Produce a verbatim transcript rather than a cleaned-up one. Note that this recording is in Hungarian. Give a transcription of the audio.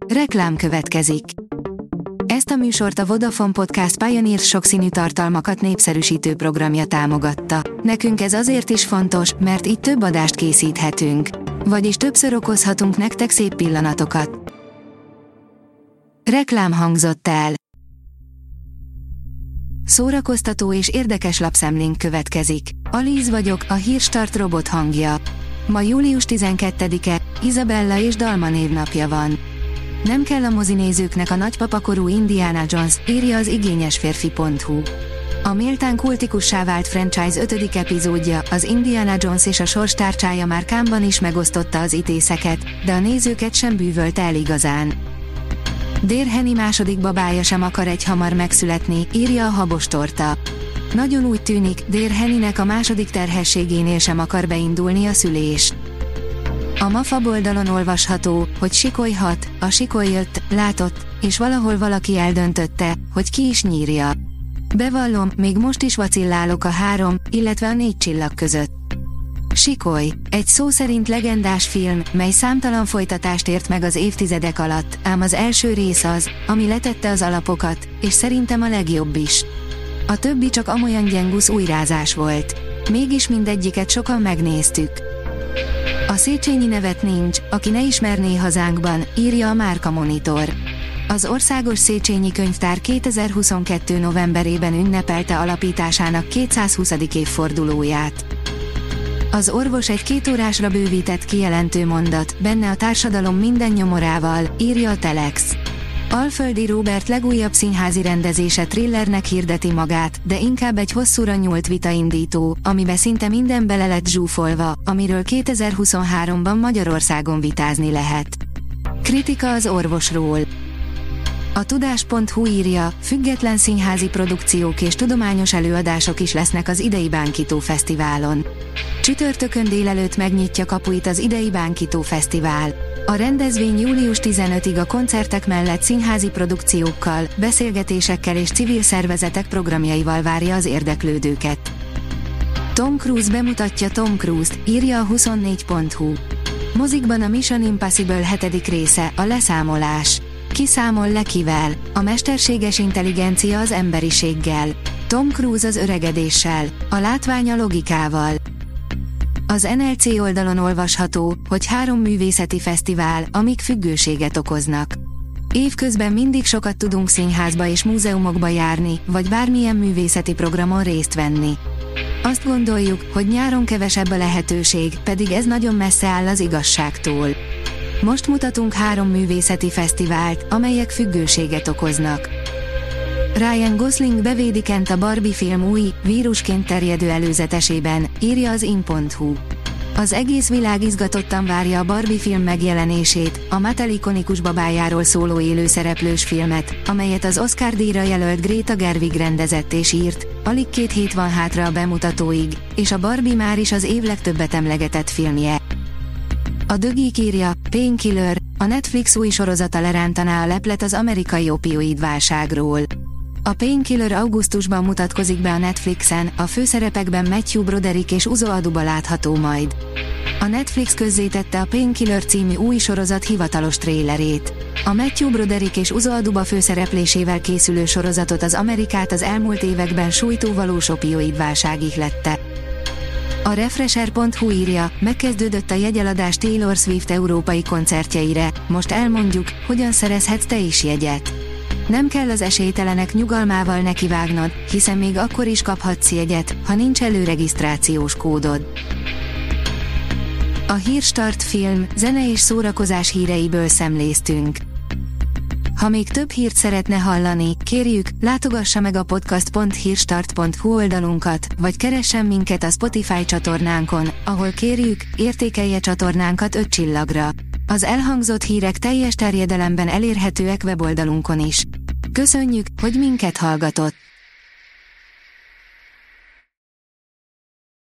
Reklám következik. Ezt a műsort a Vodafone Podcast Pioneer sokszínű tartalmakat népszerűsítő programja támogatta. Nekünk ez azért is fontos, mert így több adást készíthetünk. Vagyis többször okozhatunk nektek szép pillanatokat. Reklám hangzott el. Szórakoztató és érdekes lapszemlénk következik. Alíz vagyok, a Hírstart robot hangja. Ma július tizenkettedike, Izabella és Dalma névnapja van. Nem kell a mozinézőknek a nagypapakorú Indiana Jones, írja az igényesférfi pont hu. A méltán kultikussá vált franchise ötödik epizódja, az Indiana Jones és a sorstárcsája már Cannes-ban is megosztotta az ítészeket, de a nézőket sem bűvölte el igazán. Dear Henny második babája sem akar egyhamar megszületni, írja a Habostorta. Nagyon úgy tűnik, Dear Hennynek a második terhességénél sem akar beindulni a szülés. A MAFA oldalon olvasható, hogy sikolyhat, a sikoly jött, látott, és valahol valaki eldöntötte, hogy ki is nyírja. Bevallom, még most is vacillálok a három, illetve a négy csillag között. Sikoly, egy szó szerint legendás film, mely számtalan folytatást ért meg az évtizedek alatt, ám az első rész az, ami letette az alapokat, és szerintem a legjobb is. A többi csak amolyan gyengusz újrázás volt. Mégis mindegyiket sokan megnéztük. A Széchenyi nevet nincs, aki ne ismerné hazánkban, írja a Márka Monitor. Az Országos Széchenyi Könyvtár kétezer-huszonkettő novemberében ünnepelte alapításának kétszázhuszadik évfordulóját. Az orvos egy kétórásra bővített kijelentő mondat, benne a társadalom minden nyomorával, írja a Telex. Alföldi Róbert legújabb színházi rendezése thrillernek hirdeti magát, de inkább egy hosszúra nyúlt vitaindító, amibe szinte minden bele lett zsúfolva, amiről kétezer-huszonháromban Magyarországon vitázni lehet. Kritika az orvosról. A tudás pont hu írja, független színházi produkciók és tudományos előadások is lesznek az idei Bánkító Fesztiválon. Csütörtökön délelőtt megnyitja kapuit az idei Bánkító Fesztivál. A rendezvény július tizenötödikéig a koncertek mellett színházi produkciókkal, beszélgetésekkel és civil szervezetek programjaival várja az érdeklődőket. Tom Cruise bemutatja Tom Cruise-t, írja a huszonnégy pont hu. Mozikban a Mission Impossible hetedik része, a leszámolás. Ki számol le kivel? A mesterséges intelligencia az emberiséggel. Tom Cruise az öregedéssel, a látvány a logikával. Az en el cé oldalon olvasható, hogy három művészeti fesztivál, amik függőséget okoznak. Évközben mindig sokat tudunk színházba és múzeumokba járni, vagy bármilyen művészeti programon részt venni. Azt gondoljuk, hogy nyáron kevesebb a lehetőség, pedig ez nagyon messze áll az igazságtól. Most mutatunk három művészeti fesztivált, amelyek függőséget okoznak. Ryan Gosling bevédi Kent a Barbie film új, vírusként terjedő előzetesében, írja az in pont hu. Az egész világ izgatottan várja a Barbie film megjelenését, a Mattel ikonikus babájáról szóló élőszereplős filmet, amelyet az Oscar-díjra jelölt Greta Gerwig rendezett és írt, alig két hét van hátra a bemutatóig, és a Barbie már is az év legtöbbet emlegetett filmje. A The Geek írja, Painkiller, a Netflix új sorozata lerántaná a leplet az amerikai opioid válságról. A Painkiller augusztusban mutatkozik be a Netflixen, a főszerepekben Matthew Broderick és Uzo Aduba látható majd. A Netflix közzétette a Painkiller című új sorozat hivatalos trélerét. A Matthew Broderick és Uzo Aduba főszereplésével készülő sorozatot az Amerikát az elmúlt években sújtó valós opioid válság ihlette. A Refresher pont hu írja, megkezdődött a jegyeladás Taylor Swift európai koncertjeire, most elmondjuk, hogyan szerezhetsz te is jegyet. Nem kell az esélytelenek nyugalmával nekivágnod, hiszen még akkor is kaphatsz jegyet, ha nincs előregisztrációs kódod. A Hírstart film, zene és szórakozás híreiből szemléztünk. Ha még több hírt szeretne hallani, kérjük, látogassa meg a podcast pont hírstart pont hu oldalunkat, vagy keressen minket a Spotify csatornánkon, ahol kérjük, értékelje csatornánkat öt csillagra. Az elhangzott hírek teljes terjedelemben elérhetőek weboldalunkon is. Köszönjük, hogy minket hallgatott!